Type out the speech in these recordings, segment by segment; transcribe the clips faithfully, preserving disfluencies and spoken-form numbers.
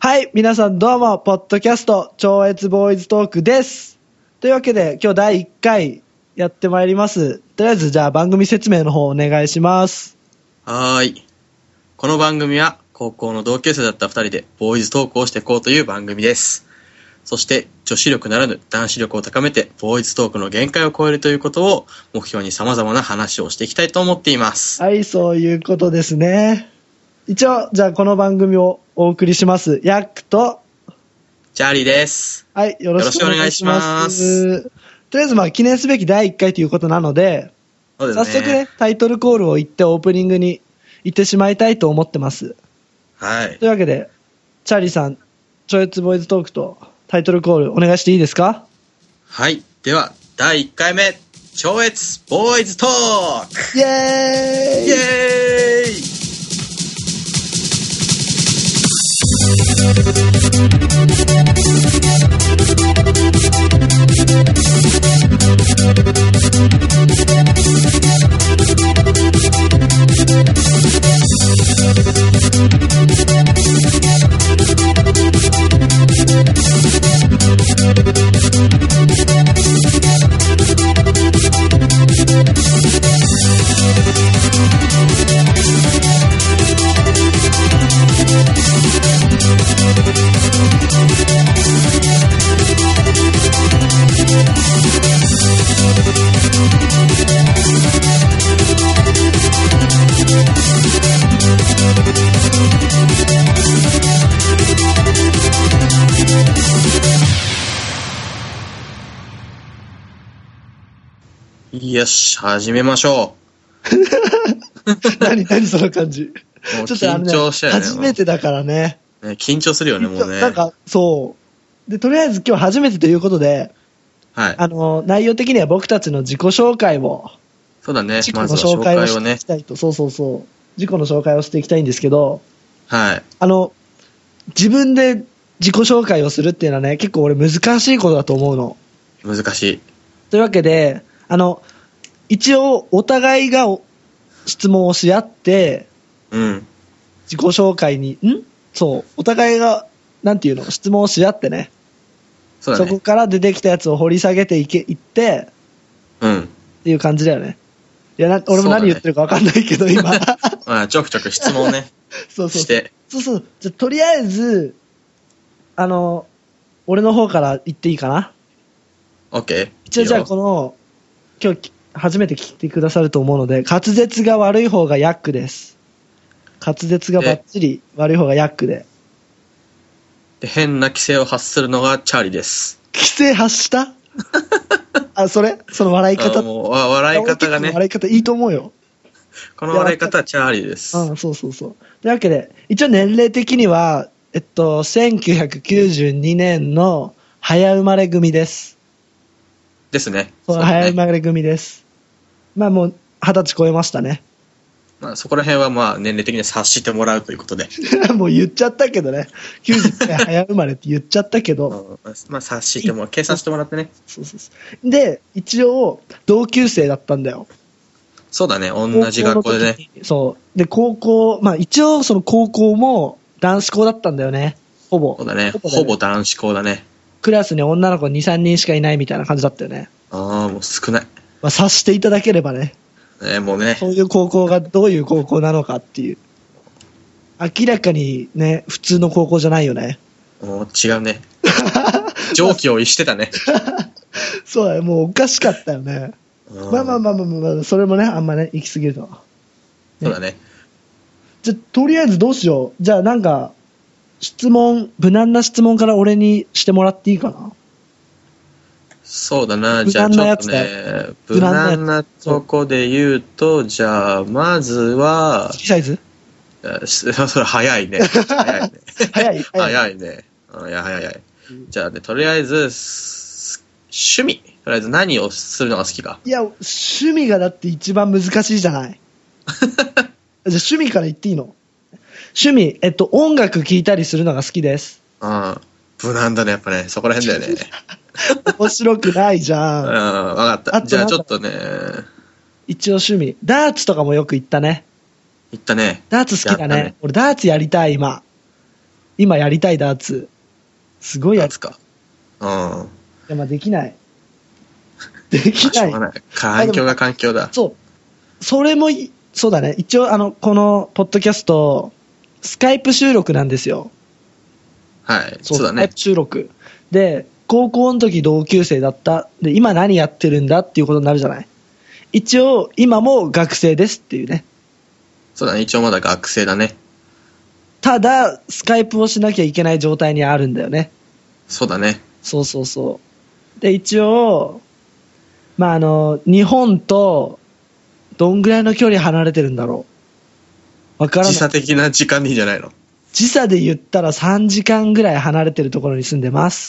はい、皆さんどうも、ポッドキャスト、超越ボーイズトークです。というわけで、今日だいいっかいやってまいります。とりあえず、じゃあ番組説明の方お願いします。 はーい。この番組は、高校の同級生だったふたりで、ボーイズトークをしていこうという番組です。そして、女子力ならぬ男子力を高めて、ボーイズトークの限界を超えるということを目標に様々な話をしていきたいと思っています。 はい、そういうことですね。一応、じゃあこの番組をお送りします。ヤックと、 チャーリーです。 はい、よろしくお願いします。よろしくお願いします。とりあえず、まあ、記念すべきだいいっかいということなので、 そうですね、 早速ね、タイトルコールを言ってオープニングに行ってしまいたいと思ってます。 はい。 というわけで、チャーリーさん、超越ボーイズトークとタイトルコールお願いしていいですか？ はい。では、だいいっかいめ、超越ボーイズトークイエーイイエーイよし、始めましょう。何、何その感じ。 もう緊張したよね。 初めてだからね。 ね、緊張するよね、もうね。 なんか、そう。で、とりあえず今日初めてということで、 はい。 あの、内容的には僕たちの自己紹介を。 そうだね、 自己の紹介をしていきたいと、そうそうそう。自己の紹介をしていきたいんですけど、 はい。 あの、自分で自己紹介をするっていうのはね、結構俺難しいことだと思うの。 難しい。 というわけで、あの、一応お互いが質問をし合って、 うん。 自己紹介に、んそう、お互いが、なんていうの、質問をし合ってね。 そうだね。 そこから出てきたやつを掘り下げていけ、いって、 うん。 っていう感じだよね。いや、な俺も何言ってるか分かんないけど、ね、今。 あちょくちょく質問ね。 そうそう。 して。 そうそう。じゃとりあえず、あの、俺の方から言っていいかな？ OK。 一応じゃあこの、今日初めて聞いてくださると思うので、滑舌が悪い方がヤックです。滑舌がバッチリ悪い方がヤックで。 で、変な規制を発するのがチャーリーです。 規制発したあ、それその笑い方。 もう笑い方がね。 笑い方いいと思うよ。 この笑い方はチャーリーです。 うん、そうそうそう。というわけで、一応年齢的には、えっと、せんきゅうひゃくきゅうじゅうにねんの早生まれ組です。 ですね。 そう、 そうね、 早生まれ組です。まあもう、二十歳超えましたね。 まあそこら辺はまあ年齢的に察してもらうということで。 もう言っちゃったけどね。きゅうじゅうねん早生まれって言っちゃったけど。 うん、まあ察しても、計算してもらってね。 そうそうそう。で、一応、同級生だったんだよ。 そうだね、同じ学校でね。 そう。で、高校、まあ一応その高校も男子校だったんだよね。ほぼ。 そうだね。ほぼ、ほぼ男子校だね。 クラスに女の子に、さんにんしかいないみたいな感じだったよね。 ああ、もう少ない。 まあ察していただければね。 えー、もうね。 そういう高校がどういう高校なのかっていう。明らかにね、普通の高校じゃないよね。 もう違うね。常軌を逸してたね。 そうだね、もうおかしかったよね。まあまあまあまあまあ、それもね、あんまね、行き過ぎると。ね、 そうだね。 じゃ、とりあえずどうしよう。じゃあなんか、質問、無難な質問から俺にしてもらっていいかな？ そうだな、じゃあちょっとね、無難なとこで言うと、じゃあ、まずは、 好きサイズ？ それ早いね。早いね。 早い早いね。いや、早い早い。じゃあね、とりあえず、趣味。とりあえず何をするのが好きか。 いや、趣味がだって一番難しいじゃない。じゃあ趣味から言っていいの？趣味、えっと、音楽聴いたりするのが好きです。 うん。無難だね、やっぱね。そこら辺だよね。 面白くないじゃん。 うん、わかった。じゃあちょっとね。 一応趣味。ダーツとかもよく行ったね。 行ったね。 ダーツ好きだね。ね俺ダーツやりたい、今。 今やりたいダーツ。すごいやつか。うん。 いや、まあできない。できない。 しょうがない。環境が環境だ。 そう。それも、そうだね。一応、あの、この、ポッドキャスト、スカイプ収録なんですよ。 はい。そうだね。 スカイプ収録。で、高校の時同級生だった。で、今何やってるんだっていうことになるじゃない。一応、今も学生ですっていうね。 そうだね。一応まだ学生だね。 ただ、スカイプをしなきゃいけない状態にあるんだよね。 そうだね。 そうそうそう。で、一応、まあ、あの、日本と、どんぐらいの距離離れてるんだろう。わからない。 時差的な時間でいいんじゃないの？ 時差で言ったらさんじかんぐらい離れてるところに住んでます。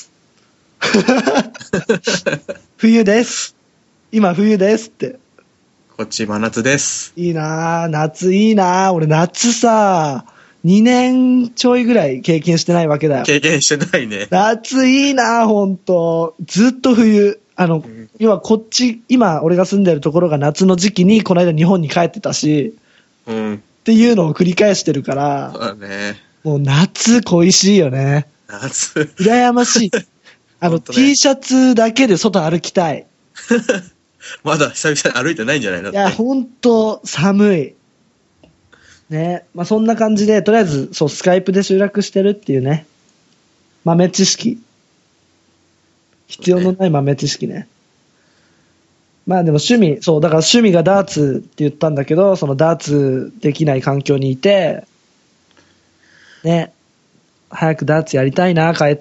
冬です。今冬ですって。 こっち真夏です。 いいなぁ、夏いいなぁ。俺夏さ、にねんちょいぐらい経験してないわけだよ。 経験してないね。 夏いいなぁ、ほんと。ずっと冬。あの、うん、今こっち、今俺が住んでるところが夏の時期にこの間日本に帰ってたし、 うん、 っていうのを繰り返してるから、 そうだね。 もう夏恋しいよね。 夏。 羨ましい。あの、ね、T シャツだけで外歩きたい。 まだ久々に歩いてないんじゃないの？ いや、ほんと寒い。ね。まあそんな感じで、とりあえず、そう、スカイプで集落してるっていうね。豆知識。必要のない豆知識ね。まあでも趣味、そう、だから趣味がダーツって言ったんだけど、そのダーツできない環境にいて、ね、早くダーツやりたいな、帰って。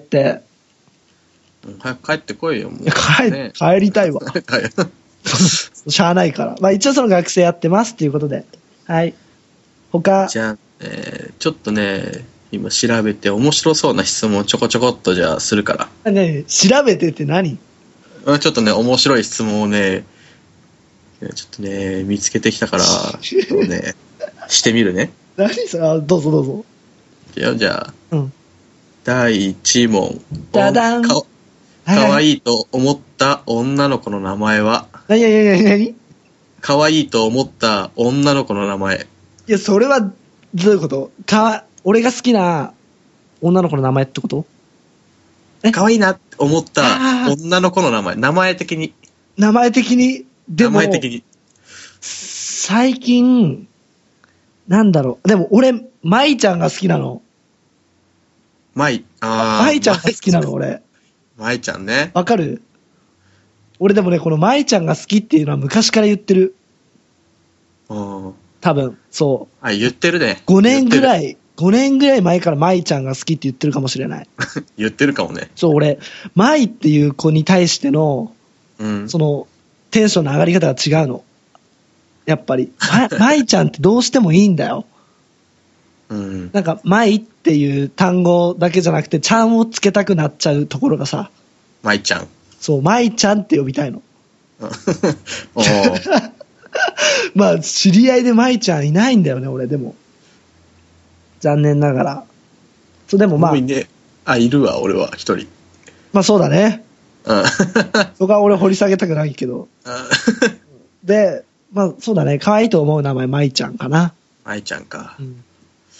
早く帰ってこいよ、もう。 帰、ね、帰りたいわ。しゃあないから。まあ一応その学生やってますっていうことで。はい。他。 じゃあ、えー、ちょっとね、今調べて面白そうな質問ちょこちょこっとじゃあするから。 ね、調べてって何？ ちょっとね、面白い質問をね、ちょっとね、見つけてきたから、そうね、してみるね。 何それ？どうぞどうぞ。 じゃあ、じゃあ、 うん、 だいいち問。 ダダン。 か、かわいいと思った女の子の名前は？ なになになになに？ かわいいと思った女の子の名前。 いや、それは、どういうこと？かわ、俺が好きな女の子の名前ってこと？ かわいいなって思った女の子の名前。名前的に。 名前的に。でも、 名前的に。 最近、なんだろう。でも俺、舞ちゃんが好きなの。 舞、あー。 舞ちゃんが好きなの、俺。 舞ちゃんね。 わかる？俺でもね、この舞ちゃんが好きっていうのは昔から言ってる。 うん。 多分、そう。 あ、言ってるね。 ごねんぐらい、ごねんぐらい前から舞ちゃんが好きって言ってるかもしれない。 言ってるかもね。 そう、俺、舞っていう子に対しての、 うん、 その、テンションの上がり方が違うの。やっぱり。舞ちゃんってどうしてもいいんだよ。 うん、 なんか、舞っていう単語だけじゃなくて、ちゃんをつけたくなっちゃうところがさ。 舞ちゃん。 そう、舞ちゃんって呼びたいの。 おまあ、知り合いで舞ちゃんいないんだよね、俺、でも。残念ながら。そう、でもまあ。 いね、あ、いるわ、俺は、一人。 まあ、そうだね。 うん。 そこは俺掘り下げたくないけど。で、まあ、そうだね。可愛いと思う名前、舞ちゃんかな。 舞ちゃんか。うん、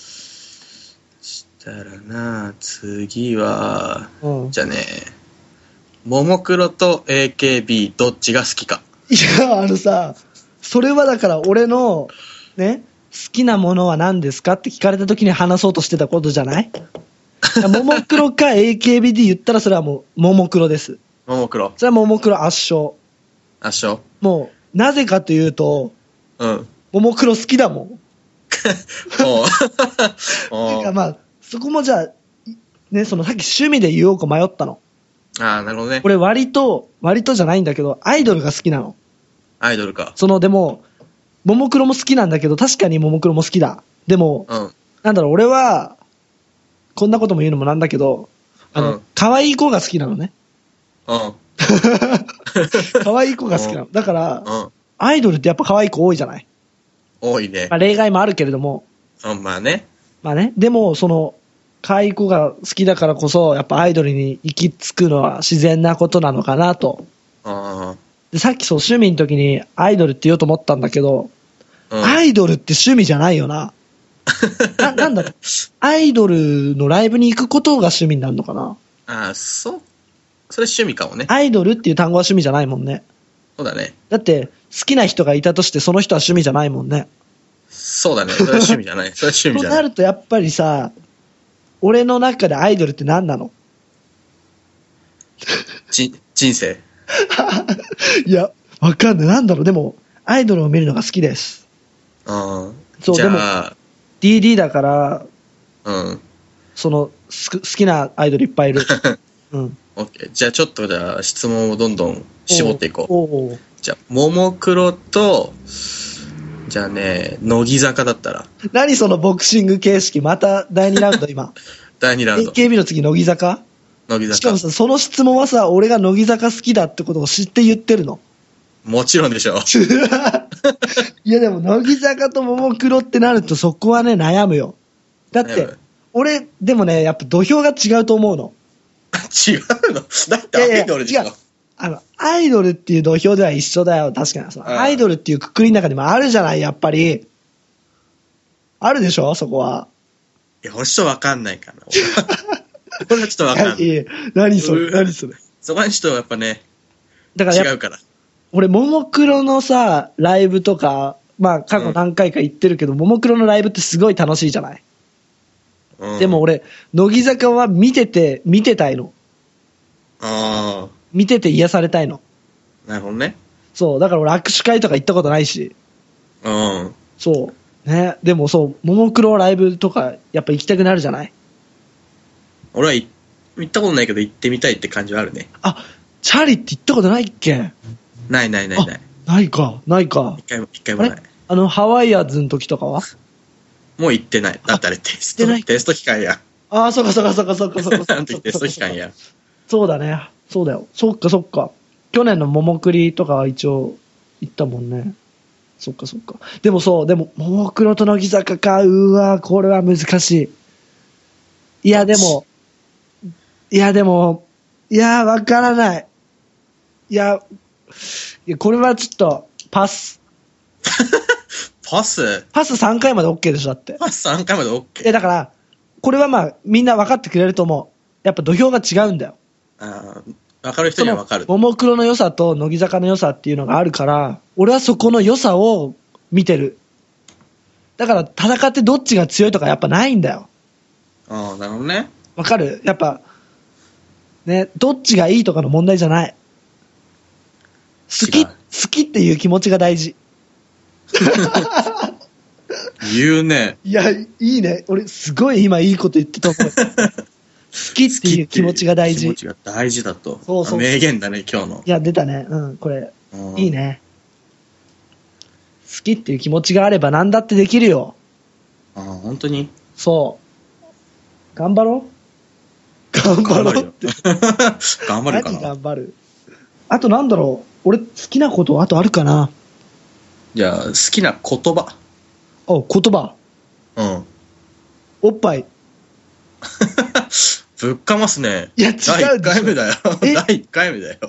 したらな、次は、うん、じゃあね、ももクロと エーケービー どっちが好きか。 いや、あのさ、それはだから俺の、ね、好きなものは何ですかって聞かれた時に話そうとしてたことじゃない？ももクロか エーケービー で言ったらそれはもう、ももクロです。 ももクロ。 それはももクロ圧勝。 圧勝？ もう、なぜかというと、 うん。 ももクロ好きだもん。 おう。 おう。かまあ、そこもじゃあ、ね、そのさっき趣味で言おうか迷ったの。 ああ、なるほどね。 俺割と、割とじゃないんだけど、アイドルが好きなの。 アイドルか。 その、でも、ももクロも好きなんだけど、確かにももクロも好きだ。でも、 うん、 なんだろう、俺は、こんなことも言うのもなんだけど、あの、うん、可愛い子が好きなのね。 うん。 可愛い子が好きなの。だから、 うん、 アイドルってやっぱ可愛い子多いじゃない？ 多いね。 まあ例外もあるけれども。 うん、まあね。 まあね。でも、その、可愛い子が好きだからこそ、やっぱアイドルに行き着くのは自然なことなのかなと。 あで、さっきそう趣味の時にアイドルって言おうと思ったんだけど、 うん、 アイドルって趣味じゃないよな。 な、なんだろう。アイドルのライブに行くことが趣味になるのかな。 ああ、そう。それ趣味かもね。 アイドルっていう単語は趣味じゃないもんね。 そうだね。 だって、好きな人がいたとしてその人は趣味じゃないもんね。 そうだね。それは趣味じゃない。それは趣味じゃない。 となるとやっぱりさ、俺の中でアイドルって何なの？ じ、人生。 いや、わかんない。なんだろう。でも、アイドルを見るのが好きです。 ああ。 そう、 じでも、 ゃあ、 ディーディー だから、 うん。 その、す好きなアイドルいっぱいいる。うん。 オッケー。じゃあちょっとじゃあ質問をどんどん絞っていこう。 おうおうじゃあ、ももクロと、じゃあね、乃木坂だったら。 何そのボクシング形式、まただいにラウンド今。 だいにラウンド。 エーケービー の次乃木坂？ 乃木坂。 しかもさ、その質問はさ、俺が乃木坂好きだってことを知って言ってるの。 もちろんでしょ。 いやでも乃木坂とももクロってなるとそこはね、悩むよ。だって悩む、 俺、でもね、やっぱ土俵が違うと思うの。 違うの？だってアイドルでしょ。 いやいや違う。あの、アイドルっていう土俵では一緒だよ。確かに。そのうんアイドルっていうくくりの中にもあるじゃない、やっぱり。あるでしょ、そこは。 いや、俺ちょっとわかんないかな。俺はちょっとわかんない。 いやいや何それ、 うー何それ。 そこはちょっとやっぱね、 だからやっぱ違うから。 俺、ももクロのさ、ライブとか、まあ過去何回か行ってるけど、ももクロのライブってすごい楽しいじゃない。 うん、 でも俺、乃木坂は見てて、見てたいの。 あ見てて癒されたいの。 あ、なるほどね。 そう、だから俺握手会とか行ったことないし。 うん。 そう。ね。でもそう、ももクロライブとか、やっぱ行きたくなるじゃない。 俺はい行ったことないけど行ってみたいって感じはあるね。 あ、チャリって行ったことないっけ？ ないないないない。 ないか、ないか。 一回も、一回もない。 あれあの、ハワイアーズの時とかはもう行ってない。だってあれテスト、テスト期間や。 ああ、そっかそっかそっかそっかそっか。 あの時テスト期間や。 そうだね。そうだよ。そっかそっか。去年の桃栗とかは一応行ったもんね。そっかそっか。でもそう、でも、桃黒と乃木坂か。うわこれは難しい。いや、でも、いや、でも、いや、わからない。いや、いやこれはちょっと、パス。 パスパスさんかいまで OK でしょ、だって。 パスさんかいまで OK。 え、だから、これはまあ、みんな分かってくれると思う。やっぱ土俵が違うんだよ。 ああ、分かる人には分かる。 ももクロの良さと乃木坂の良さっていうのがあるから、俺はそこの良さを見てる。だから戦ってどっちが強いとかやっぱないんだよ。 ああ、なるほどね。 わかる？やっぱ、ね、どっちがいいとかの問題じゃない。好き、好きっていう気持ちが大事。 言うね。 いや、いいね。俺すごい今いいこと言ってた思う。好きっていう気持ちが大事。 気持ちが大事だと。 そうそう。 名言だね、今日の。 いや、出たね。うん、これ。 うん、 いいね。好きっていう気持ちがあれば何だってできるよ。 ああ、本当に？ そう。頑張ろう頑張ろうって。 頑張るかな。 何頑張る。あとなんだろう。俺好きなことあとあるかな。 じゃあ、好きな言葉。 お、言葉。 うん。 おっぱい。 ぶっかますね。 いや、違うでしょ。 だいいっかいめだよ。だいいっかいめだよ。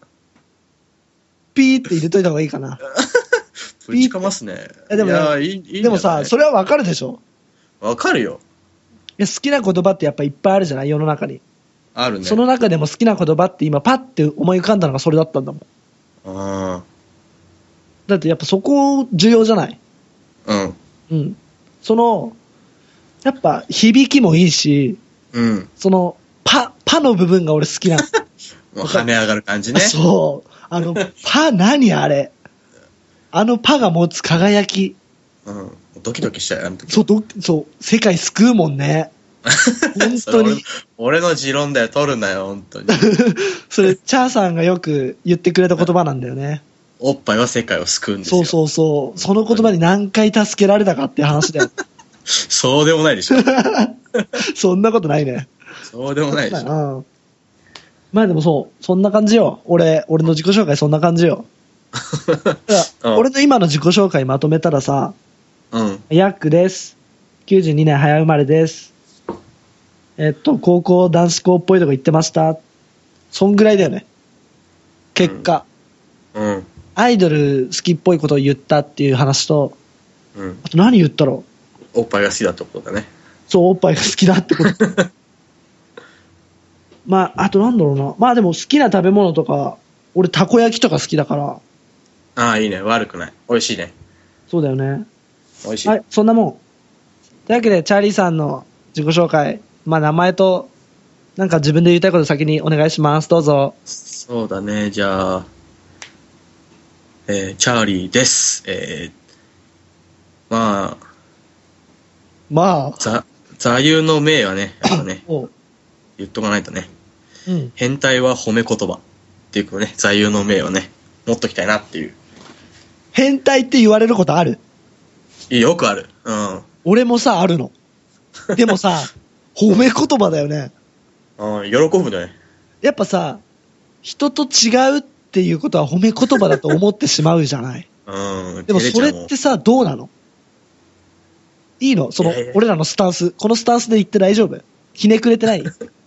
ピーって入れといた方がいいかな。 ぶちかますね。 いやでもね、 いやいいいいんじゃない？ でもさ、それはわかるでしょ。 わかるよ。 いや、好きな言葉ってやっぱいっぱいあるじゃない、世の中に。 あるね。 その中でも好きな言葉って今パッて思い浮かんだのがそれだったんだもん。 ああ。 だってやっぱそこ重要じゃない。 うん。 うん。その、やっぱ響きもいいし、 うん。 その、パ、パの部分が俺好きなの。 もう跳ね上がる感じね。 そう。あの、パ何あれ。あのパが持つ輝き。 うん。ドキドキしちゃうよ、あの時。 そう、どそう、世界救うもんね。本当に。 俺の持論だよ、取るなよ、本当に。 それ、チャーさんがよく言ってくれた言葉なんだよね。 おっぱいは世界を救うんですよ。 そうそうそう。その言葉に何回助けられたかっていう話だよ。 そうでもないでしょ。 そんなことないね。 そうでもないでしょ。 うん。まあでもそう、そんな感じよ。俺、俺の自己紹介そんな感じよ。だから俺の今の自己紹介まとめたらさ、 うん。 ヤックです。きゅうじゅうにねん早生まれです。えっと、高校男子校っぽいとこ行ってました。そんぐらいだよね。結果。 うん。うん、 アイドル好きっぽいことを言ったっていう話と、 うん、 あと何言ったろう。 おっぱいが好きだってことだね。 そう、おっぱいが好きだってこと。まあ、あとなんだろうな。まあでも好きな食べ物とか、俺たこ焼きとか好きだから。 ああ、いいね。悪くない。美味しいね。 そうだよね。 美味しい。 はい、そんなもん。というわけで、チャーリーさんの自己紹介、まあ名前と、なんか自分で言いたいこと先にお願いします。どうぞ。 そうだね。じゃあ、えー、チャーリーです。えー、まあ、 まあ。 座、座右の銘はね、やっぱね、言っとかないとね。 うん。 変態は褒め言葉っていうことね、座右の銘をね、持っときたいなっていう。 変態って言われることある？ よくある。うん。 俺もさ、あるの。でもさ、褒め言葉だよね。 うん、喜ぶね。 やっぱさ、人と違うっていうことは褒め言葉だと思ってしまうじゃない。 うん。 でもそれってさ、どうなの？いいの？その、 いやいや俺らのスタンス。このスタンスで言って大丈夫？ひねくれてない？ い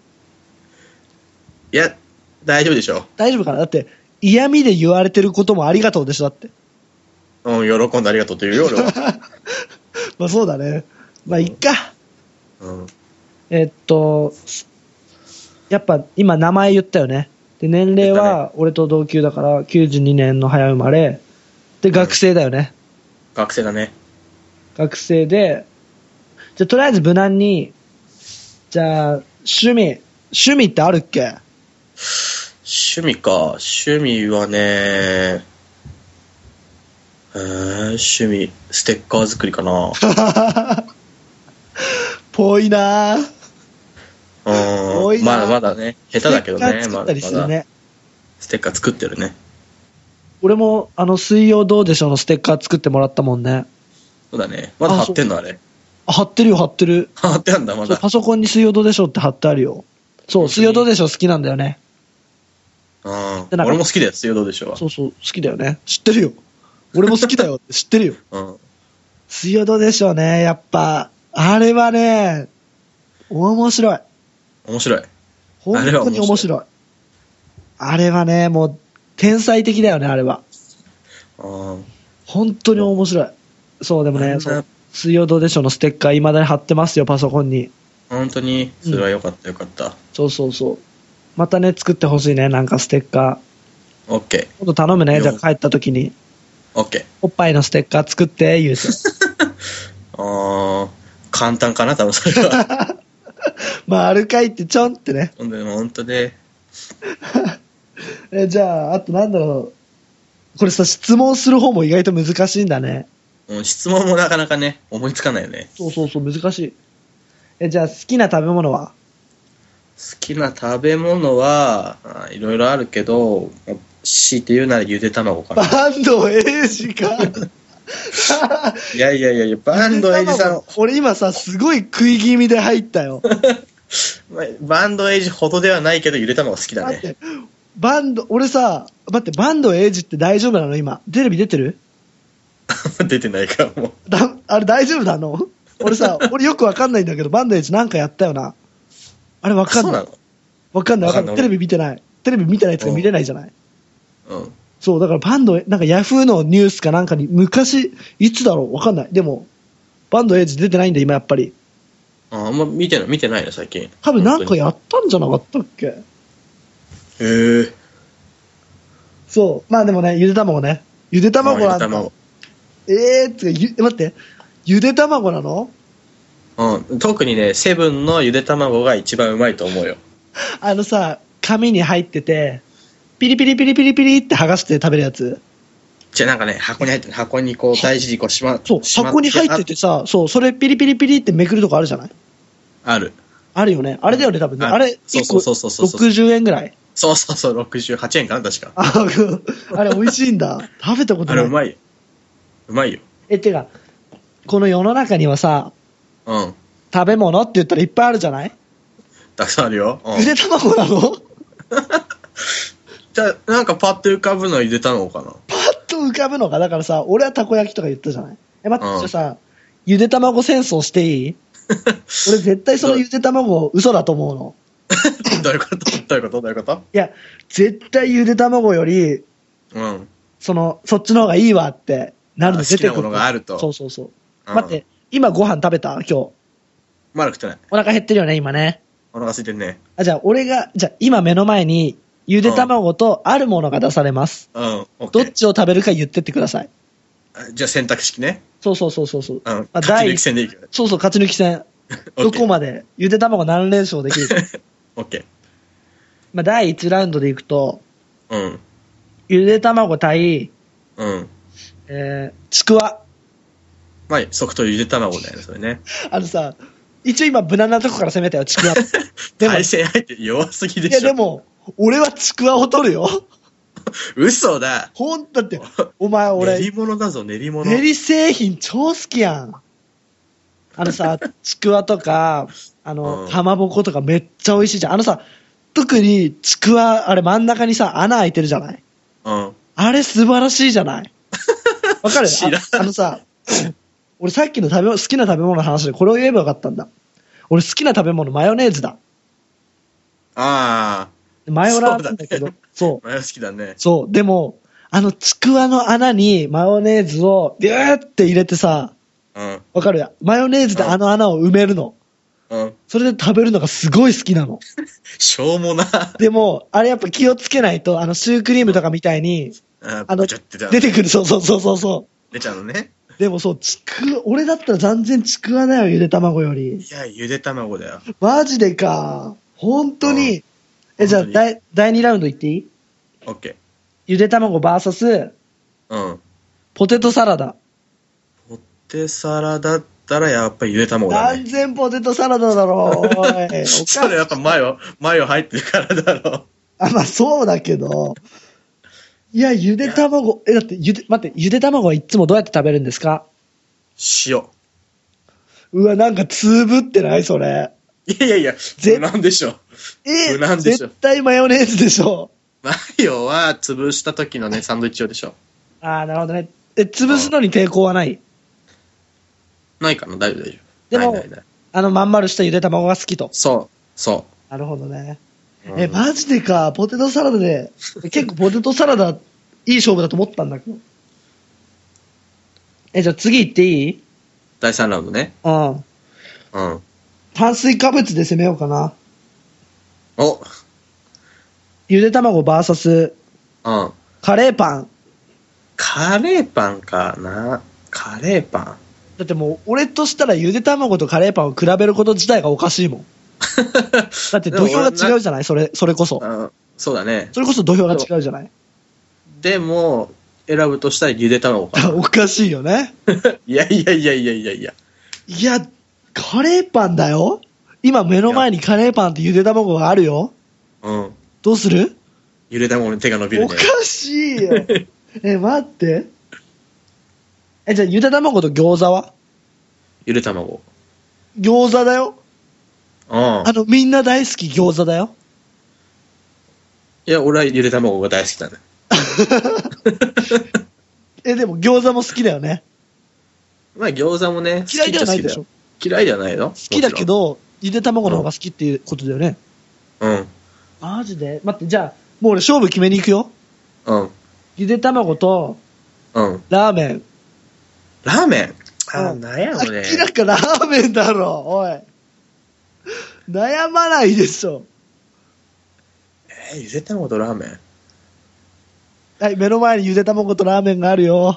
や、大丈夫でしょ。 大丈夫かな？だって、嫌味で言われてることもありがとうでしょ、だって。 うん、喜んでありがとうというよ、俺は。 まあそうだね。まあいっか。 うん。 えっと、やっぱ今名前言ったよね。で、年齢は俺と同級だからきゅうじゅうにねんの早生まれ。で、学生だよね。 学生だね。 学生で、じゃあとりあえず無難に、じゃあ趣味、趣味ってあるっけ？ 趣味か。趣味はね、えー、趣味、ステッカー作りかな。 ぽいなぁ。 うん。まだまだね、下手だけどね。 ステッカー作ったりするね。 まだまだステッカー作ってるね。 俺もあの水曜どうでしょうのステッカー作ってもらったもんね。 そうだね。まだ貼ってんのあれ。 あ、貼ってるよ、貼ってる。 貼ってあんだ、まだ。 パソコンに水曜どうでしょうって貼ってあるよ。そう、水曜どうでしょう好きなんだよね。 うん。俺も好きだよ、水曜どうでしょうは。 そうそう、好きだよね。知ってるよ。俺も好きだよって知ってるよ。 うん。 水曜どうでしょうね。やっぱ、あれはね、面白い。 面白い。 本当に面白い。あれはね、もう、天才的だよね、あれは。 うん。 本当に面白い。そう、でもね、そう、水曜どうでしょうのステッカー未だに貼ってますよ、パソコンに。 本当に、それはよかった、よかった。 そうそうそう。またね、作ってほしいね、なんかステッカー。オッケー。今度頼むね、じゃあ帰った時に。 オッケー。 おっぱいのステッカー作って、言うて。 あー、簡単かな、多分それは。 まあ、あるかいってちょんってね。 ほんで、ほんとね。 え、じゃあ、あとなんだろう。これさ、質問する方も意外と難しいんだね。 うん、質問もなかなかね、思いつかないよね。 そうそうそう、難しい。え、じゃあ、好きな食べ物は？ 好きな食べ物は、いろいろあるけど、強いて言うならゆで卵かな。 バンドエイジか。 いやいやいやいや、バンドエイジさん。 俺今さ、すごい食い気味で入ったよ。 バンドエイジほどではないけど、ゆで卵好きだね。 待って、バンド、俺さ、待って、バンドエイジって大丈夫なの今？テレビ出てる？ 出てないかも。 だ、あれ大丈夫なの？俺さ、俺よくわかんないんだけど、バンドエイジなんかやったよな。あれわかんない。わかんないわかんない。テレビ見てない。テレビ見てないやつが見れないじゃない。 うん。 そう、だからバンド、なんかヤフーのニュースかなんかに昔、いつだろうわかんない。でも、バンドエイジ出てないんだ、今やっぱり。 あ、あんま見てない、見てないの、最近。 多分なんかやったんじゃなかったっけ？ へえ。 そう。まあでもね、ゆで卵ね。ゆで卵なんだ。 卵。 えー、つか、ゆ、待って。ゆで卵なの？ うん。特にね、セブンのゆで卵が一番うまいと思うよ。 あのさ、紙に入ってて、ピリピリピリピリピリって剥がして食べるやつ。 じゃあなんかね、箱に入ってる。箱にこう大事にこうしま、 そう、箱に入っててさ、そう、それピリピリピリってめくるとこあるじゃない？ ある。 あるよね。あれだよね、多分ね。あれ、いっこそうそうそうそう。 ろくじゅうえんぐらい。 そうそうそう、ろくじゅうはちえんかな、確か。 あ、あれ美味しいんだ。食べたことない。 あれうまいよ。うまいよ。 え、てか、この世の中にはさ、 うん。 食べ物って言ったらいっぱいあるじゃない？ たくさんあるよ。うん、 ゆで卵なの？ じゃあ、なんかパッと浮かぶのはゆで卵かな。 パッと浮かぶのか。だからさ、俺はたこ焼きとか言ったじゃない？え、待って、 うん、 じゃあさ、ゆで卵戦争していい？俺絶対そのゆで卵嘘だと思うの。 どういうことどういうことどういうこといや、絶対ゆで卵より、 うん。 その、そっちの方がいいわってなるの出てくる。 好きなものがあると。 そうそうそう。 うん、 待って、 今ご飯食べた今日。 まだ食ってない。 お腹減ってるよね、今ね。 お腹空いてるね。 あ、じゃあ、俺が、じゃあ、今目の前に、ゆで卵とあるものが出されます。 うん。オッケー。 どっちを食べるか言ってってください。 じゃあ選択式ね。 そうそうそうそうそう。 うん。まあ、勝ち抜き戦でいいけど。 そうそう、勝ち抜き戦。どこまで、ゆで卵何連勝できるか。 オッケー。 まあ、だいいちラウンドでいくと、 うん。 ゆで卵対、 うん。 えー、ちくわ。 まあ、即答ゆで卵だよね、それね。 あのさ、一応今無難なとこから攻めたよ、ちくわ。 でも。対戦相手弱すぎでしょ。 いやでも、俺はちくわを取るよ。 嘘だ。 ほんとだって、お前俺。 練り物だぞ、練り物。 練り製品超好きやん。あのさ、ちくわとか、あの、かまぼことかめっちゃ美味しいじゃん。あのさ、特にちくわ、あれ真ん中にさ、穴開いてるじゃない？ うん。 あれ素晴らしいじゃない？わかる？ 知らん。 あ、あのさ、俺さっきの食べ好きな食べ物の話でこれを言えばよかったんだ。俺好きな食べ物マヨネーズだ。 ああ。 マヨラーなんだけど。そう。 マヨ好きだね。 そう。でも、あのちくわの穴にマヨネーズをビューって入れてさ、 うん。 わかるや。マヨネーズであの穴を埋めるの。 うん。 それで食べるのがすごい好きなの。 しょうもな。 でも、あれやっぱ気をつけないと、あのシュークリームとかみたいに、 あの、出てくる、そうそうそうそうそう。 出ちゃうのね。 でもそう、ちくわ、俺だったら断然ちくわだよ、ゆで卵より。 いや、ゆで卵だよ。 マジでか。本当に。え、じゃあ、だいにラウンドいっていい？ オッケー。 ゆで卵バーサス、 うん。 ポテトサラダ。 ポテサラだったらやっぱりゆで卵だね。 断然ポテトサラダだろ。おい。 それやっぱマヨ、マヨ入ってるからだろ。 あ、まあそうだけど。いや、ゆで卵、え、だってゆで、待って、ゆで卵はいつもどうやって食べるんですか？ 塩。 うわ、なんかつぶってないそれ。 いやいやいや、無難でしょ。 え無難でしょ。 絶対マヨネーズでしょ。 マヨは潰した時のね、サンドイッチ用でしょ。 ああ、なるほどね。え、潰すのに抵抗はない？ ないかな、大丈夫大丈夫。 でも、 ないないない、 あの、まん丸したゆで卵が好きと。 そう、そう。 なるほどね。 うん、 え、マジでか、ポテトサラダで、結構ポテトサラダ、いい勝負だと思ったんだけど。え、じゃあ次行っていい？ だいさんラウンドね。 うん。 うん。 炭水化物で攻めようかな。 お。 ゆで卵バーサス、 うん。 カレーパン。 カレーパンかな。カレーパン。 だってもう、俺としたらゆで卵とカレーパンを比べること自体がおかしいもん。だって土俵が違うじゃないそれ、それこそ。 うん。そうだね。 それこそ土俵が違うじゃない。 でも、選ぶとしたらゆで卵かな。 おかしいよね。 いやいやいやいやいやいや。 いや、カレーパンだよ。今目の前にカレーパンってゆで卵があるよ。 うん。 どうする？ ゆで卵に手が伸びるね。 おかしいよ。え、待って。え、じゃあゆで卵と餃子は？ ゆで卵。 餃子だよ。 うん。 あの、みんな大好き餃子だよ。 いや、俺はゆで卵が大好きだね。 え、でも餃子も好きだよね。 まあ餃子もね、 嫌いではないでしょ。 嫌いではないの？ 好きだけど、ゆで卵の方が好きっていうことだよね。 うん。 マジで？待って、じゃあ、もう俺勝負決めに行くよ。 うん。 ゆで卵と、 うん。 ラーメン。 ラーメン？あー、悩むね。 明らかラーメンだろ、おい。悩まないでしょ。 えー、ゆで卵とラーメン？ はい、目の前にゆで卵とラーメンがあるよ。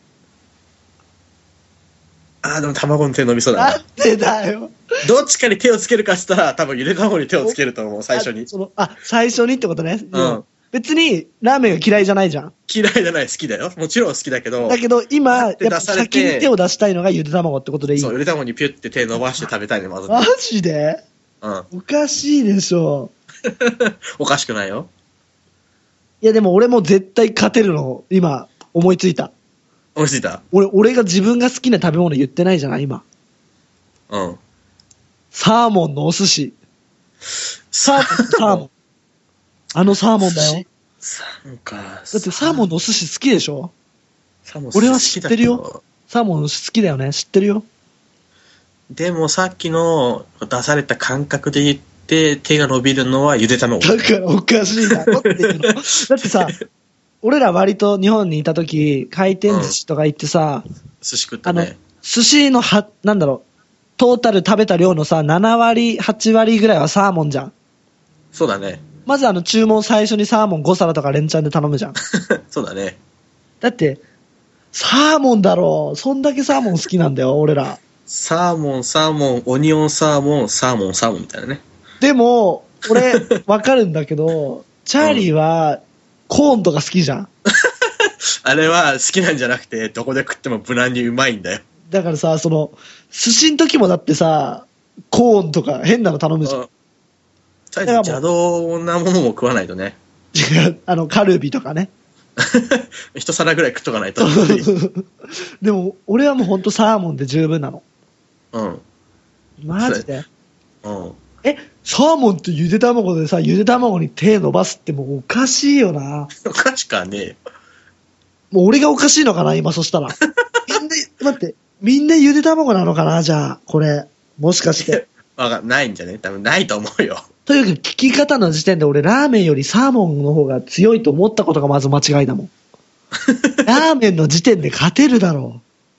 あー、でも卵の手伸びそうだな。 なんでだよ。 どっちかに手をつけるかしたら、多分ゆで卵に手をつけると思う、最初に。 あ、そのあ最初にってことね。 うん。 別に、ラーメンが嫌いじゃないじゃん。 嫌いじゃない、好きだよ。もちろん好きだけど。 だけど、今、やっぱ先に手を出したいのがゆで卵ってことでいい。 そう、ゆで卵にピュッて手伸ばして食べたいね、まず。 マジで？ うん。 おかしいでしょ。 おかしくないよ。 いや、でも俺も絶対勝てるの、今、思いついた。 思いついた？ 俺、俺が自分が好きな食べ物言ってないじゃない、今。 うん。 サーモンのお寿司。サーモン、サーモン。あのサーモンだよ。 サーモンか。だってサーモンのお寿司好きでしょ？ サーモン俺は知ってるよ。サーモン好きだよね。知ってるよ。 でもさっきの出された感覚で言って手が伸びるのはゆで卵。 だからおかしいな。だって言うの。だってさ、俺ら割と日本にいた時、回転寿司とか行ってさ、 うん、寿司食ったね。 寿司のは、なんだろう、トータル食べた量のさ、ななわり、はちわりぐらいはサーモンじゃん。 そうだね。 まずあの注文最初にサーモンごさらとか連チャンで頼むじゃん。 そうだね。 だって、サーモンだろう。そんだけサーモン好きなんだよ、俺ら。 サーモン、サーモン、オニオンサーモン、サーモン、サーモンみたいなね。 でも、俺、わかるんだけど、チャーリーは、コーンとか好きじゃん。 あれは好きなんじゃなくて、どこで食っても無難にうまいんだよ。 だからさ、その、寿司の時もだってさ、コーンとか変なの頼むじゃん。 とりあえず邪道なものも食わないとね。 違う、あの、カルビとかね。 一皿ぐらい食っとかないと。 でも、俺はもうほんとサーモンで十分なの。 うん。 マジで。 うん。 え、サーモンってゆで卵でさ、ゆで卵に手伸ばすってもうおかしいよな。 おかしかねえよ。 もう俺がおかしいのかな、今そしたら。みんな、待って、みんなゆで卵なのかな、じゃあ、これ。もしかして。 わかんないんじゃね多分ないと思うよ。 というか、聞き方の時点で俺、ラーメンよりサーモンの方が強いと思ったことがまず間違いだもん。ラーメンの時点で勝てるだろう。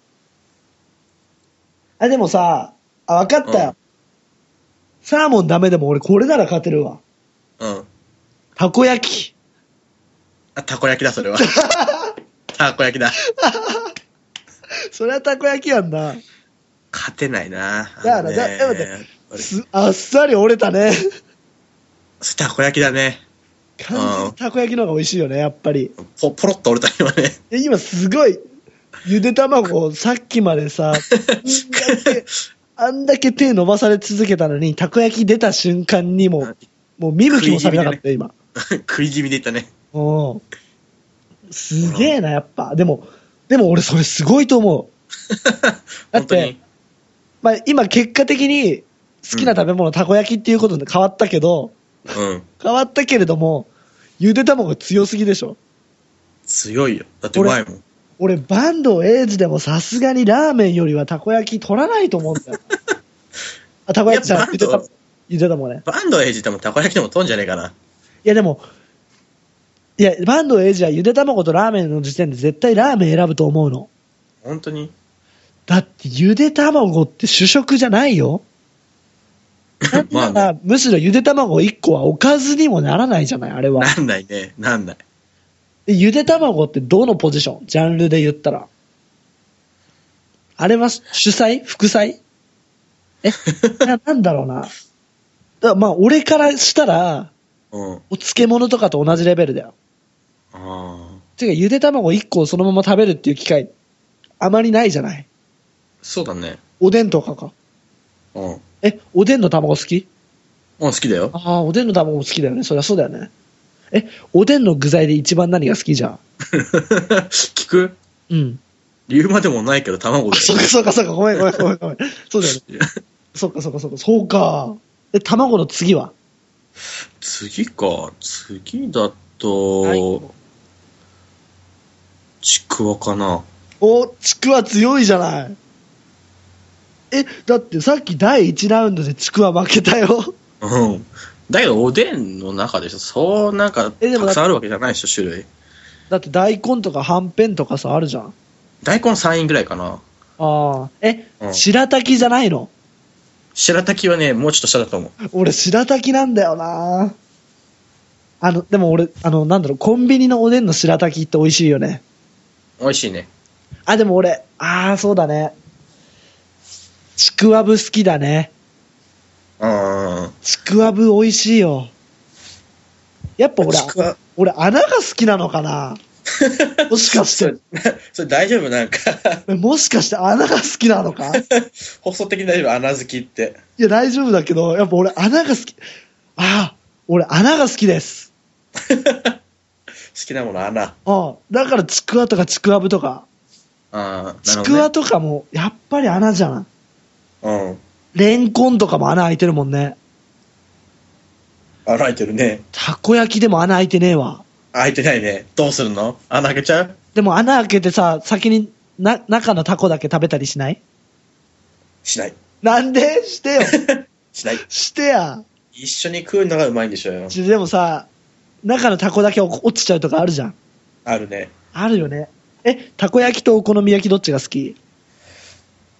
あ、でもさ、あ、わかったよ。うん、サーモンダメでも俺これなら勝てるわ。 うん。 たこ焼き。 あ、たこ焼きだ、それは。たこ焼きだ。 それはたこ焼きやんな。 勝てないな。 だから、だ、待って、あっさり折れたね。 たこ焼きだね。 完全にたこ焼きの方が美味しいよね、やっぱり。 ポ、ポロッと折れた今ね。 今すごい、ゆで卵をさっきまでさ、あんだけ手伸ばされ続けたのに、たこ焼き出た瞬間にも、もう見向きもされなかったよ、今。 食い気味でいったね。 うん。すげえな、やっぱ。でも、でも俺それすごいと思う。だって、まあ今結果的に好きな食べ物、うん、たこ焼きっていうことで変わったけど、 うん、 変わったけれども、ゆで卵強すぎでしょ。 強いよ。だってうまいもん。 俺、バンドエイジでもさすがにラーメンよりはたこ焼き取らないと思うんだよ。あ、たこ焼きじゃん。ゆでた、ゆで卵ね。 バンドエイジでもたこ焼きでも取んじゃねえかな。 いやでも、いや、バンドエイジはゆで卵とラーメンの時点で絶対ラーメン選ぶと思うの。 本当に？ だってゆで卵って主食じゃないよ。まあね、むしろゆで卵いっこはおかずにもならないじゃない、あれは。 なんないね、なんない。 でゆで卵ってどのポジション？ジャンルで言ったら。あれは主菜？副菜？えな, なんだろうな。だからまあ俺からしたら、うん、お漬物とかと同じレベルだよ。ああ。てかゆで卵いっこをそのまま食べるっていう機会あまりないじゃない。 そうだね。 おでんとかか。うん。え、おでんの卵好き？ うん、好きだよ。 ああ、おでんの卵も好きだよね。そりゃそうだよね。え、おでんの具材で一番何が好きじゃん？ 聞く？うん。理由までもないけど卵だよ。 そうかそうかそうか、ごめんごめんごめんごめん。そうだよね。そうかそうかそうか、そうか。え、卵の次は？ 次か。次だと、はい、ちくわかな。 お、ちくわ強いじゃない。え、だってさっきだいいちラウンドでちくわ負けたよ。 うん。だけどおでんの中でしょ、そうなんかたくさんあるわけじゃないでしょ、種類。 だって大根とかはんぺんとかさあるじゃん。 大根さんいぐらいかな。 ああ。え、うん、白滝じゃないの？ 白滝はね、もうちょっと下だと思う。 俺白滝なんだよな。あの、でも俺、あの、なんだろう、コンビニのおでんの白滝って美味しいよね。 美味しいね。 あ、でも俺、ああ、そうだね。ちくわぶ好きだね。うん。ちくわぶ美味しいよ。やっぱ俺、俺穴が好きなのかな。もしかして。 それ大丈夫なんか。 もしかして穴が好きなのか。 放送的に大丈夫、穴好きって。 いや、大丈夫だけど、やっぱ俺穴が好き。ああ、俺穴が好きです。 好きなもの穴。 うん。だからちくわとかちくわぶとか。 ああ、 ちくわとかも、やっぱり穴じゃん。 うん。 レンコンとかも穴開いてるもんね。 穴開いてるね。 たこ焼きでも穴開いてねえわ。 開いてないね。どうするの？穴開けちゃう？ でも穴開けてさ、先にな中のタコだけ食べたりしない？ しない。 なんで？してよ。 しない。 してや。 一緒に食うのがうまいんでしょうよ。 でもさ、中のタコだけ落ちちゃうとかあるじゃん。 あるね。 あるよね。え、たこ焼きとお好み焼きどっちが好き？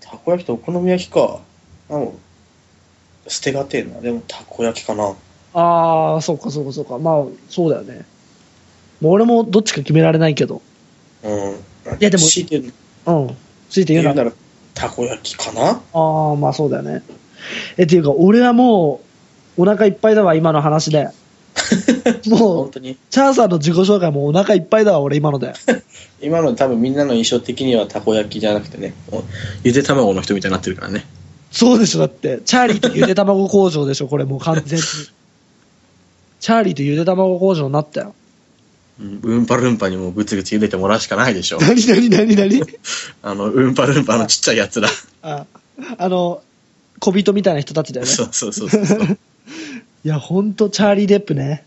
たこ焼きとお好み焼きか。あの捨てがてえな。でもたこ焼きかな。 ああ、そうかそうかそうか。まあ、そうだよね。もう俺もどっちか決められないけど。 うん。いやでも強いて言うん。ついて言うな。 うならたこ焼きかな。 ああ、まあそうだよね。え、っていうか、俺はもう、お腹いっぱいだわ、今の話で。もう、 本当にチャーさんの自己紹介もお腹いっぱいだわ、俺今ので。 今の多分みんなの印象的にはたこ焼きじゃなくてね、もうゆで卵の人みたいになってるからね。 そうでしょ、だって。チャーリーとゆで卵工場でしょ、これもう完全に。チャーリーとゆで卵工場になったよ。 うん、うんぱるんぱにもうぐつぐつ茹でてもらうしかないでしょ。 なになになになにあの、うんぱるんぱのちっちゃいやつら。 あ、あの、小人みたいな人たちだよね。 そうそうそうそう。 いや、ほんと、チャーリー・デップね。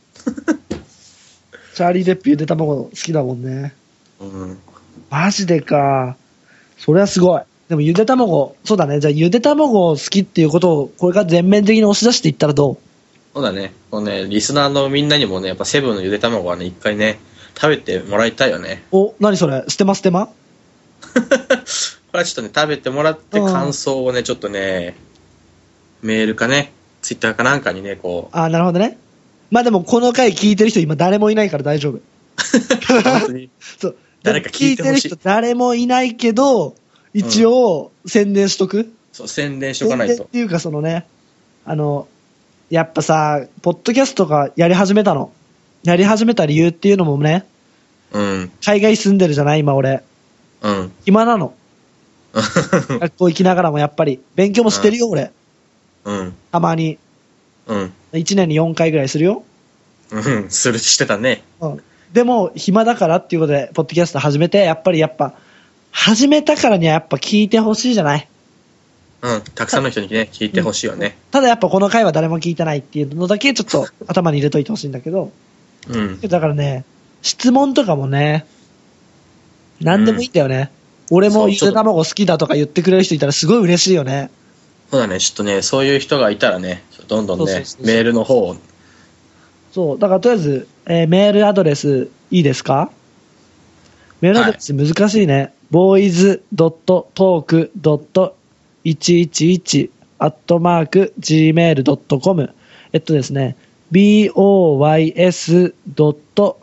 チャーリー・デップゆで卵好きだもんね。 うん。 マジでか。それはすごい。でもゆで卵、そうだね。じゃあゆで卵好きっていうことを、これから全面的に押し出していったらどう？ そうだね。こうね、リスナーのみんなにもね、やっぱセブンのゆで卵はね、一回ね、食べてもらいたいよね。 お、何それ？ステマステマ？ これはちょっとね、食べてもらって感想をね、ちょっとね、メールかね、ツイッターかなんかにね、こう。 あ、なるほどね。まあでもこの回聞いてる人今誰もいないから大丈夫。 本当に。 そう。 誰か聞いてほしい。 聞いてる人誰もいないけど、一応宣伝しとく、うん、 そう宣伝しとかないと。 宣伝っていうかそのね、あのやっぱさ、ポッドキャストがやり始めたの。やり始めた理由っていうのもね、 うん。 海外住んでるじゃない今俺。 うん。 暇なの。学校行きながらもやっぱり勉強もしてるよ、うん、俺。 うん。 たまに。 うん。 いちねんによんかいぐらいするよ。 うん。するしてたね。 うん。でも暇だからっていうことでポッドキャスト始めて、やっぱりやっぱ始めたからにはやっぱ聞いてほしいじゃない。 うん、たくさんの人にね、聞いてほしいよね。 ただやっぱこの回は誰も聞いてないっていうのだけちょっと頭に入れといてほしいんだけど。 うん。 だからね、質問とかもね、何でもいいんだよね。うん、俺もゆで卵好きだとか言ってくれる人いたらすごい嬉しいよね。 そうだね、ちょっとね、そういう人がいたらね、どんどんね、そうそうそうそうメールの方を。 そう、だからとりあえず、えー、メールアドレスいいですか？メールアドレス難しいね。はい、ボーイズドットトークドットいちいちいち アットマーク ジーメールドットコム えっとですね、ボイスドット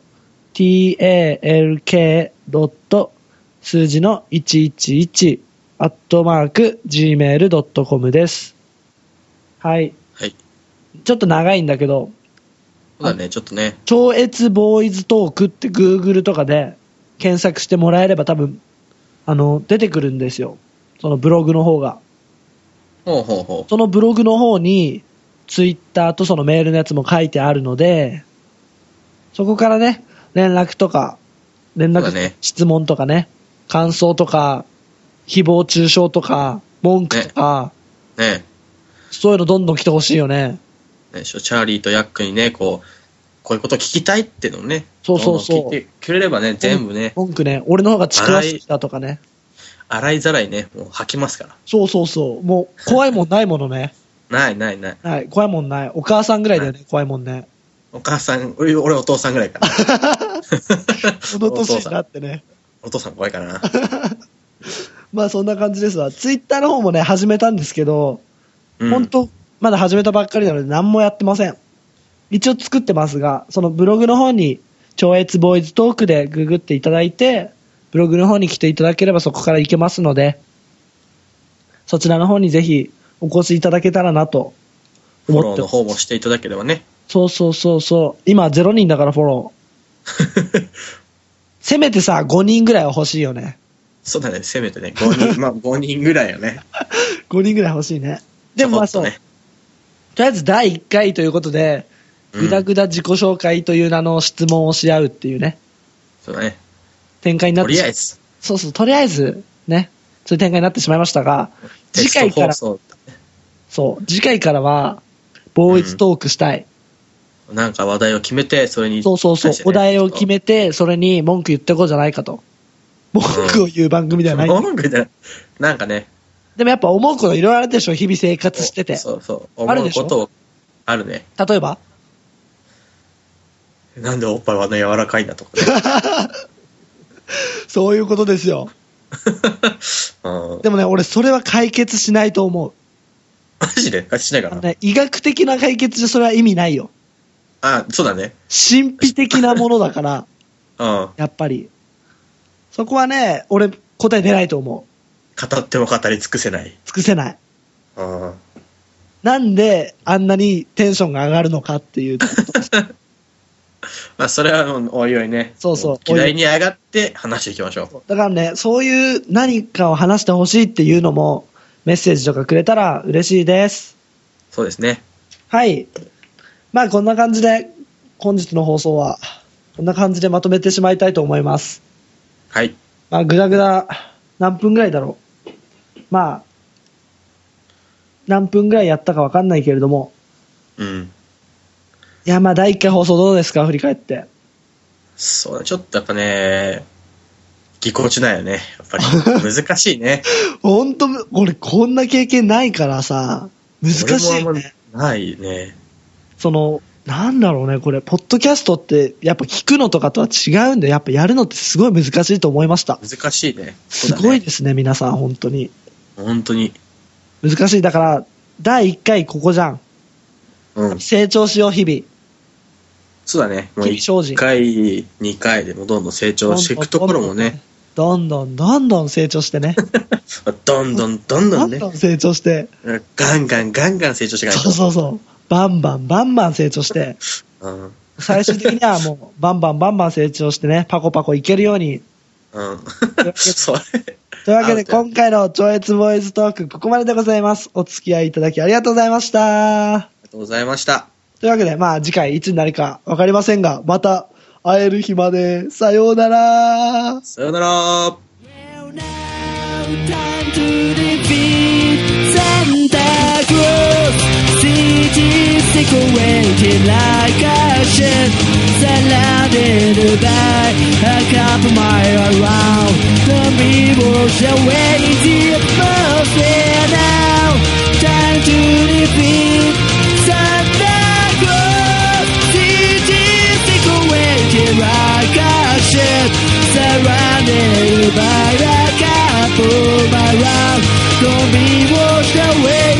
トドット数字のいちいちいちアットマーク ジーメールドットコム です。はい。 はい。 ちょっと長いんだけど、 そうだね、ちょっとね。 超越ボーイズトークって Google とかで検索してもらえれば多分、あの、出てくるんですよ。そのブログの方が。 ほうほうほう。 そのブログの方に、Twitter とそのメールのやつも書いてあるので、そこからね、連絡とか、連絡、ね、質問とかね、感想とか、誹謗中傷とか、文句とか、 ね、ね、 そういうのどんどん来てほしいよね。 ね、チャーリーとヤックにね、こう、こういうこと聞きたいっていうのをね、 そうそうそう。 どんどん聞いてくれればね、全部ね。 文句ね、俺の方がちくわ好きだとかね。 洗いざらいね、もう吐きますから。 そうそうそう。もう、怖いもんないものね。 ないないない。 はい、怖いもんない。お母さんぐらいだよね、怖いもんね。 お母さん、俺、俺お父さんぐらいかな。 この年になってね。 お父さん怖いからな。 まあそんな感じですわ。ツイッターの方もね、始めたんですけど、うん、本当まだ始めたばっかりなので何もやってません。一応作ってますが、そのブログの方に、超越ボーイズトークでググっていただいて、ブログの方に来ていただければそこから行けますので、そちらの方にぜひお越しいただけたらなと思って。 フォローの方もしていただければね。 そうそうそうそう。今ゼロにんだからフォロー。せめてさ、ごにんぐらいは欲しいよね。 そうだね、せめてね、ごにん、まあごにんぐらいよね。 ごにんぐらい欲しいね。でもまあそう。ね、とりあえずだいいっかいということで、ぐだぐだ自己紹介という名の質問をし合うっていうね。 そうだね。 展開になって。 とりあえず。 そうそう、とりあえず、ね。そういう展開になってしまいましたが、次回から、そう、次回からは、ボーイズトークしたい。 うん、なんか話題を決めて、それに、ね。 そうそうそう、お題を決めて、それに文句言ってこうじゃないかと。文句を言う番組ではない。 うん、文句じゃない。なんかね。 でもやっぱ思うこといろいろあるでしょ、日々生活してて。 そうそう。思うことあるね。 例えばなんでおっぱいはあんな柔らかいんだとか、ね。 そういうことですよ。 うん、 でもね、俺それは解決しないと思う。 マジで解決しないかな、 ね、医学的な解決じゃそれは意味ないよ。 あ、そうだね。 神秘的なものだから、 うん。 やっぱり。そこはね、俺答え出ないと思う。 語っても語り尽くせない。 尽くせない。 うん。 なんであんなにテンションが上がるのかっていう。 まあそれはもうおいおいね。 そうそう。 議題に上がって話していきましょう。 だからね、そういう何かを話してほしいっていうのもメッセージとかくれたら嬉しいです。 そうですね。 はい。まあこんな感じで本日の放送はこんな感じでまとめてしまいたいと思います。 はい。 まあぐだぐだ何分ぐらいだろう。まあ何分ぐらいやったかわかんないけれども。 うん。 いやまあだいいっかい放送どうですか振り返って。 そうちょっとやっぱねぎこちないよねやっぱり難しいね。 本当俺こんな経験ないからさ難しいね。 ないね。 そのなんだろうねこれポッドキャストってやっぱ聞くのとかとは違うんでやっぱやるのってすごい難しいと思いました。 難しいね。 すごいですね皆さん本当に。 本当に難しい。だからだいいっかいここじゃん。 うん。 成長しよう日々。 そうだね。もういっかいにかいでもどんどん成長していくところもね。 どんどんどんどん成長してね。 どんどんどんどんね。 どんどん成長して。 ガンガンガンガン成長していかないと。そうそうそう。バンバンバンバン成長して。 うん、 最終的にはもうバンバンバンバン成長してね、パコパコいけるように。 うん。それ。 というわけで今回の超越ボーイズトークここまででございます。お付き合いいただきありがとうございました。 ありがとうございました。 というわけでまあ次回いつになるかわかりませんが、また会える日までさようなら。 さようなら。 Decorated like a ship, surrounded by a couple miles around. The people shall wait till perfect now. Time to defeat Santa Claus. Cities decorated like a ship, surrounded by a couple miles around. The people shall wait.